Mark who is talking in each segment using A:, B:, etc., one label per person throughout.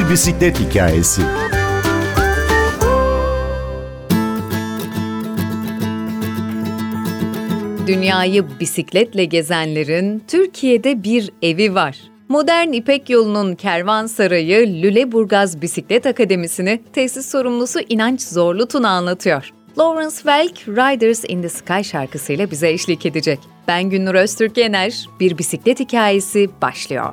A: Bir bisiklet hikayesi.
B: Dünyayı bisikletle gezenlerin Türkiye'de bir evi var. Modern İpek Yolu'nun kervansarayı Lüleburgaz Bisiklet Akademisi'ni tesis sorumlusu İnanç Zorlutuna anlatıyor. Lawrence Welk, Riders in the Sky şarkısıyla bize eşlik edecek. Ben Günnur Öztürk Yener, Bir Bisiklet Hikayesi başlıyor.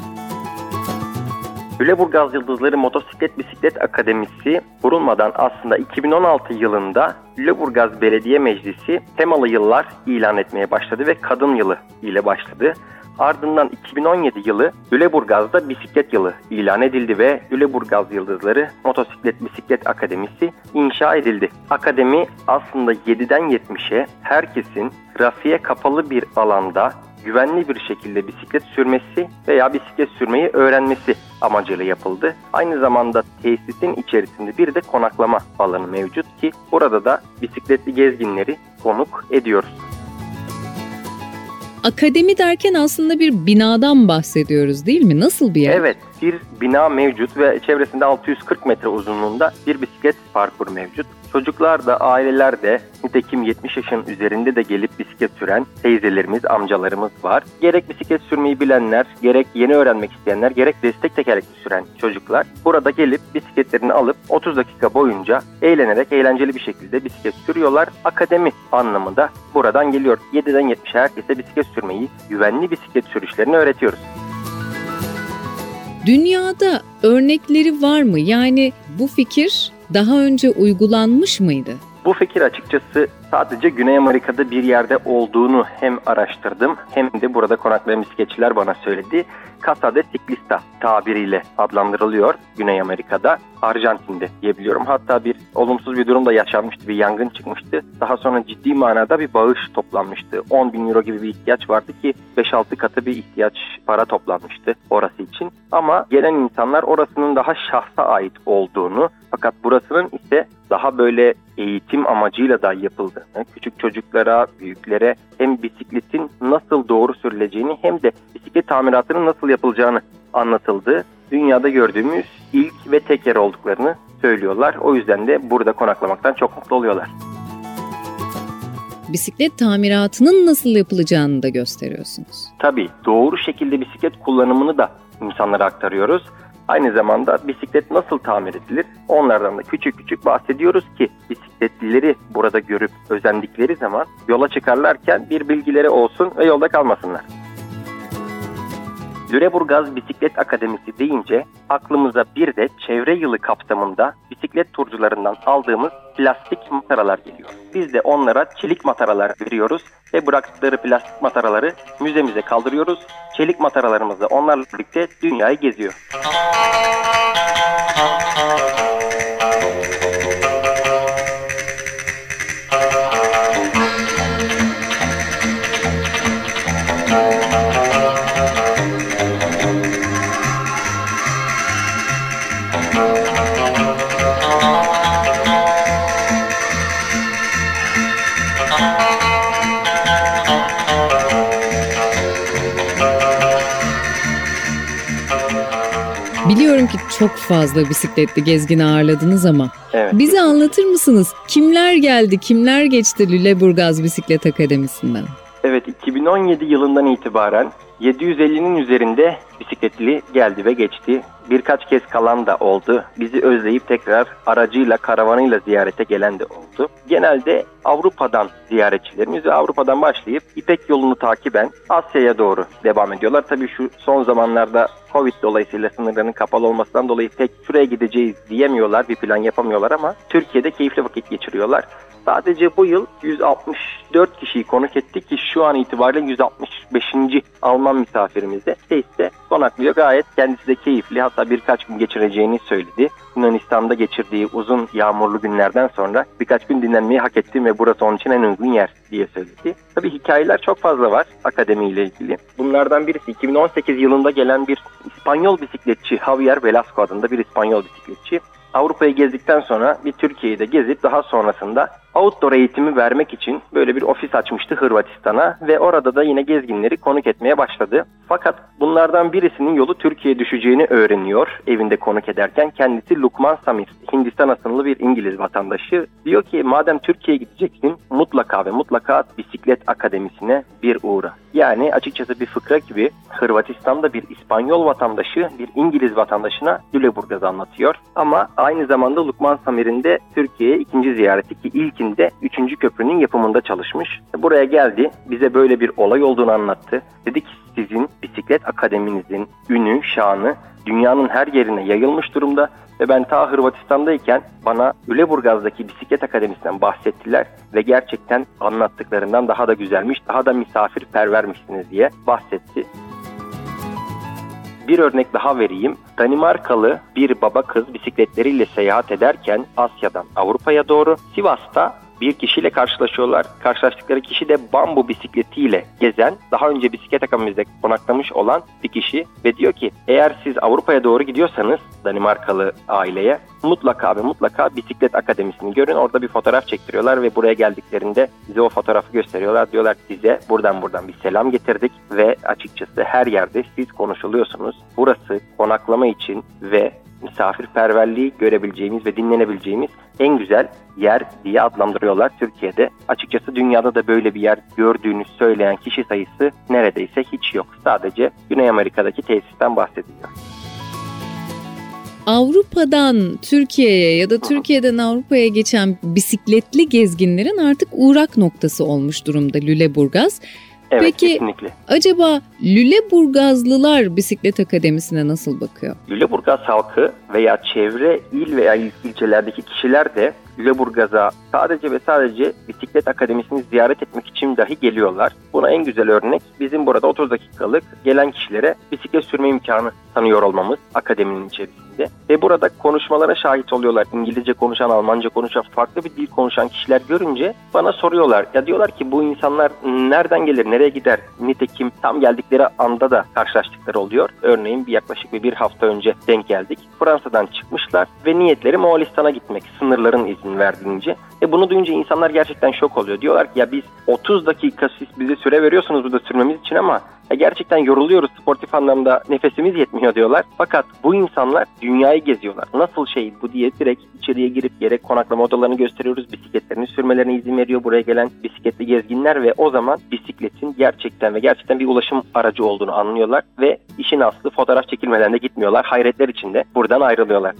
C: Lüleburgaz Yıldızları Motosiklet Bisiklet Akademisi kurulmadan aslında 2016 yılında Lüleburgaz Belediye Meclisi temalı yıllar ilan etmeye başladı ve kadın yılı ile başladı. Ardından 2017 yılı Lüleburgaz'da bisiklet yılı ilan edildi ve Lüleburgaz Yıldızları Motosiklet Bisiklet Akademisi inşa edildi. Akademi aslında 7'den 70'e herkesin trafiğe kapalı bir alanda güvenli bir şekilde bisiklet sürmesi veya bisiklet sürmeyi öğrenmesi amacıyla yapıldı. Aynı zamanda tesisin içerisinde bir de konaklama alanı mevcut ki burada da bisikletli gezginleri konuk ediyoruz.
B: Akademi derken aslında bir binadan bahsediyoruz değil mi? Nasıl bir yer?
C: Evet, bir bina mevcut ve çevresinde 640 metre uzunluğunda bir bisiklet parkuru mevcut. Çocuklar da, aileler de, nitekim 70 yaşın üzerinde de gelip bisiklet süren teyzelerimiz, amcalarımız var. Gerek bisiklet sürmeyi bilenler, gerek yeni öğrenmek isteyenler, gerek destek tekerlekli süren çocuklar burada gelip bisikletlerini alıp 30 dakika boyunca eğlenerek, eğlenceli bir şekilde bisiklet sürüyorlar. Akademi anlamında buradan geliyor. 7'den 70'e herkese bisiklet sürmeyi, güvenli bisiklet sürüşlerini öğretiyoruz.
B: Dünyada örnekleri var mı? Yani bu fikir daha önce uygulanmış mıydı?
C: Bu fikir açıkçası sadece Güney Amerika'da bir yerde olduğunu hem araştırdım hem de burada konaklayan bisikletçiler bana söyledi. Casa de Ciclista tabiriyle adlandırılıyor Güney Amerika'da, Arjantin'de diyebiliyorum. Hatta bir olumsuz bir durum da yaşanmıştı, bir yangın çıkmıştı. Daha sonra ciddi manada bir bağış toplanmıştı. 10.000 euro gibi bir ihtiyaç vardı ki 5-6 katı bir ihtiyaç para toplanmıştı orası için. Ama gelen insanlar orasının daha şahsa ait olduğunu, fakat burasının ise daha böyle eğitim amacıyla da yapıldığını, küçük çocuklara, büyüklere hem bisikletin nasıl doğru sürüleceğini hem de bisiklet tamiratının nasıl yapılacağını anlatıldı. Dünyada gördüğümüz ilk ve tek yer olduklarını söylüyorlar. O yüzden de burada konaklamaktan çok mutlu oluyorlar.
B: Bisiklet tamiratının nasıl yapılacağını da gösteriyorsunuz.
C: Tabii doğru şekilde bisiklet kullanımını da insanlara aktarıyoruz. Aynı zamanda bisiklet nasıl tamir edilir? Onlardan da küçük küçük bahsediyoruz ki bisikletlileri burada görüp özendikleri zaman yola çıkarlarken bir bilgileri olsun ve yolda kalmasınlar. Lüleburgaz Bisiklet Akademisi deyince aklımıza bir de çevre yılı kapsamında bisiklet turcularından aldığımız plastik mataralar geliyor. Biz de onlara çelik mataralar veriyoruz ve bıraktıkları plastik mataraları müzemize kaldırıyoruz. Çelik mataralarımızla onlarla birlikte dünyayı geziyor.
B: Biliyorum ki çok fazla bisikletli gezgin ağırladınız ama
C: evet.
B: Bize anlatır mısınız? Kimler geldi, kimler geçti Lüleburgaz Bisiklet Akademisi'nden?
C: Evet, 2017 yılından itibaren 750'nin üzerinde bisikletli geldi ve geçti. Birkaç kez kalan da oldu. Bizi özleyip tekrar aracıyla, karavanıyla ziyarete gelen de oldu. Genelde Avrupa'dan ziyaretçilerimiz ve Avrupa'dan başlayıp İpek yolunu takiben Asya'ya doğru devam ediyorlar. Tabii şu son zamanlarda Covid dolayısıyla sınırların kapalı olmasından dolayı pek şuraya gideceğiz diyemiyorlar, bir plan yapamıyorlar ama Türkiye'de keyifli vakit geçiriyorlar. Sadece bu yıl 164 kişiyi konuk ettik ki şu an itibariyle 165. Alman misafirimiz de tesiste konaklıyor. Gayet kendisi de keyifli, hatta birkaç gün geçireceğini söyledi. Yunanistan'da geçirdiği uzun yağmurlu günlerden sonra birkaç gün dinlenmeyi hak ettim ve burası onun için en uygun yer diye söyledi. Tabii hikayeler çok fazla var akademiyle ilgili. Bunlardan birisi 2018 yılında gelen bir İspanyol bisikletçi, Javier Velasco adında bir İspanyol bisikletçi. Avrupa'yı gezdikten sonra bir Türkiye'yi de gezip daha sonrasında outdoor eğitimi vermek için böyle bir ofis açmıştı Hırvatistan'a ve orada da yine gezginleri konuk etmeye başladı. Fakat bunlardan birisinin yolu Türkiye'ye düşeceğini öğreniyor evinde konuk ederken. Kendisi Lukman Samir, Hindistan asıllı bir İngiliz vatandaşı. Diyor ki madem Türkiye'ye gideceksin mutlaka ve mutlaka bisiklet akademisine bir uğra. Yani açıkçası bir fıkra gibi Hırvatistan'da bir İspanyol vatandaşı bir İngiliz vatandaşına Lüleburgaz'ı anlatıyor. Ama aynı zamanda Lukman Samir'in de Türkiye'ye ikinci ziyareti ki ilkinde 3. köprünün yapımında çalışmış. Buraya geldi, bize böyle bir olay olduğunu anlattı. Dedi ki sizin bisiklet akademinizin ünü, şanı dünyanın her yerine yayılmış durumda ve ben ta Hırvatistan'dayken bana Lüleburgaz'daki bisiklet akademisinden bahsettiler ve gerçekten anlattıklarından daha da güzelmiş, daha da misafirpervermişsiniz diye bahsetti. Bir örnek daha vereyim. Danimarkalı bir baba kız bisikletleriyle seyahat ederken Asya'dan Avrupa'ya doğru Sivas'ta bir kişiyle karşılaşıyorlar. Karşılaştıkları kişi de bambu bisikletiyle gezen, daha önce bisiklet akademimizde konaklamış olan bir kişi ve diyor ki eğer siz Avrupa'ya doğru gidiyorsanız Danimarkalı aileye mutlaka ve mutlaka bisiklet akademisini görün. Orada bir fotoğraf çektiriyorlar ve buraya geldiklerinde bize o fotoğrafı gösteriyorlar. Diyorlar size buradan bir selam getirdik ve açıkçası her yerde siz konuşuluyorsunuz. Burası konaklama için ve misafirperverliği görebileceğimiz ve dinlenebileceğimiz en güzel yer diye adlandırıyorlar Türkiye'de. Açıkçası dünyada da böyle bir yer gördüğünü söyleyen kişi sayısı neredeyse hiç yok. Sadece Güney Amerika'daki tesisten bahsediliyor.
B: Avrupa'dan Türkiye'ye ya da Türkiye'den Avrupa'ya geçen bisikletli gezginlerin artık uğrak noktası olmuş durumda Lüleburgaz.
C: Evet,
B: peki,
C: kesinlikle.
B: Acaba Lüleburgazlılar bisiklet akademisine nasıl bakıyor?
C: Lüleburgaz halkı veya çevre il veya ilçelerdeki kişiler de Lüleburgaz'a sadece ve sadece bisiklet akademisini ziyaret etmek için dahi geliyorlar. Buna en güzel örnek bizim burada 30 dakikalık gelen kişilere bisiklet sürme imkanı tanıyor olmamız akademinin içerisinde. Ve burada konuşmalara şahit oluyorlar. İngilizce konuşan, Almanca konuşan, farklı bir dil konuşan kişiler görünce bana soruyorlar. Ya diyorlar ki bu insanlar nereden gelir, nereye gider? Nitekim tam geldikleri anda da karşılaştıkları oluyor. Örneğin yaklaşık bir hafta önce denk geldik. Fransa'dan çıkmışlar ve niyetleri Moğolistan'a gitmek. Sınırların izin verdiğince. Bunu duyunca insanlar gerçekten şok oluyor. Diyorlar ki ya biz 30 dakika siz bize süre veriyorsunuz burada sürmemiz için ama gerçekten yoruluyoruz. Sportif anlamda nefesimiz yetmiyor diyorlar. Fakat bu insanlar dünyayı geziyorlar. Nasıl şey bu diye direkt içeriye girip gerek konaklama odalarını gösteriyoruz. Bisikletlerini sürmelerine izin veriyor buraya gelen bisikletli gezginler ve o zaman bisikletin gerçekten bir ulaşım aracı olduğunu anlıyorlar ve işin aslı fotoğraf çekilmeden de gitmiyorlar. Hayretler içinde buradan ayrılıyorlar.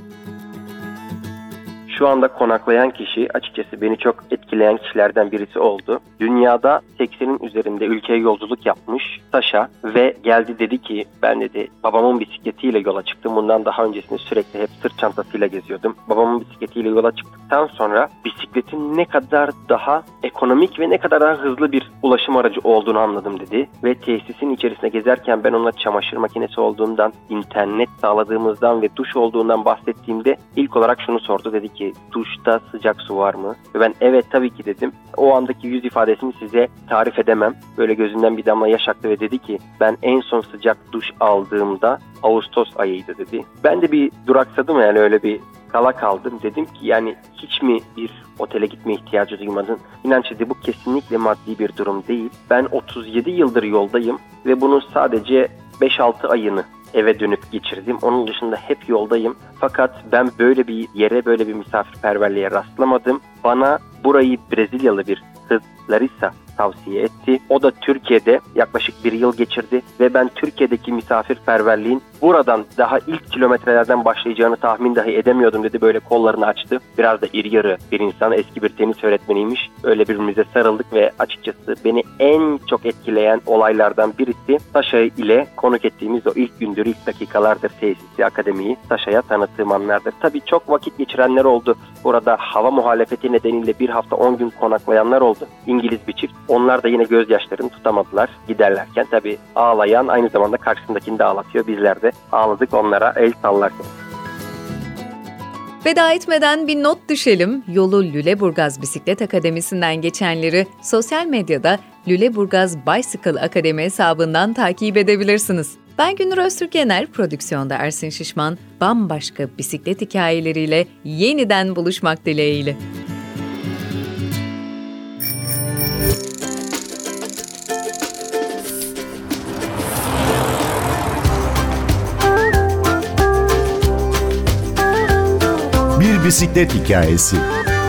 C: Şu anda konaklayan kişi açıkçası beni çok etkileyen kişilerden birisi oldu. Dünyada 80'in üzerinde ülkeye yolculuk yapmış Saşa ve geldi dedi ki ben dedi babamın bisikletiyle yola çıktım. Bundan daha öncesinde sürekli hep sırt çantasıyla geziyordum. Babamın bisikletiyle yola çıktıktan sonra bisikletin ne kadar daha ekonomik ve ne kadar daha hızlı bir ulaşım aracı olduğunu anladım dedi. Ve tesisin içerisinde gezerken ben ona çamaşır makinesi olduğundan, internet sağladığımızdan ve duş olduğundan bahsettiğimde ilk olarak şunu sordu. Dedi ki duşta sıcak su var mı? Ve ben evet tabii ki dedim. O andaki yüz ifadesini size tarif edemem. Böyle gözünden bir damla yaş aktı ve dedi ki ben en son sıcak duş aldığımda Ağustos ayıydı dedi. Ben de bir duraksadım yani öyle bir kala kaldım. Dedim ki yani hiç mi bir otele gitme ihtiyacı duymadın? İnanç dedi bu kesinlikle maddi bir durum değil. Ben 37 yıldır yoldayım ve bunun sadece 5-6 ayını eve dönüp geçirdim. Onun dışında hep yoldayım. Fakat ben böyle bir yere, böyle bir misafirperverliğe rastlamadım. Bana burayı Brezilyalı bir kız Larissa tavsiye etti. O da Türkiye'de yaklaşık 1 yıl geçirdi ve ben Türkiye'deki misafirperverliğin buradan daha ilk kilometrelerden başlayacağını tahmin dahi edemiyordum dedi. Böyle kollarını açtı. Biraz da iri yarı bir insan, eski bir tenis öğretmeniymiş. Öyle birbirimize sarıldık ve açıkçası beni en çok etkileyen olaylardan birisi Saşa ile konuk ettiğimiz o ilk gündür, ilk dakikalardır tesisi, akademiyi Saşa'ya tanıttığım anlardır. Tabii çok vakit geçirenler oldu. Burada hava muhalefeti nedeniyle 1 hafta 10 gün konaklayanlar oldu. İngiliz bir çift. Onlar da yine gözyaşlarını tutamadılar giderlerken. Tabii ağlayan aynı zamanda karşısındakini de ağlatıyor. Bizler de ağladık onlara el sallarken.
B: Veda etmeden bir not düşelim. Yolu Lüleburgaz Bisiklet Akademisi'nden geçenleri sosyal medyada Lüleburgaz Bicycle Akademi hesabından takip edebilirsiniz. Ben Gündür Öztürk-Yener, prodüksiyonda Ersin Şişman, bambaşka bisiklet hikayeleriyle yeniden buluşmak dileğiyle.
A: bisiklet hikayesi.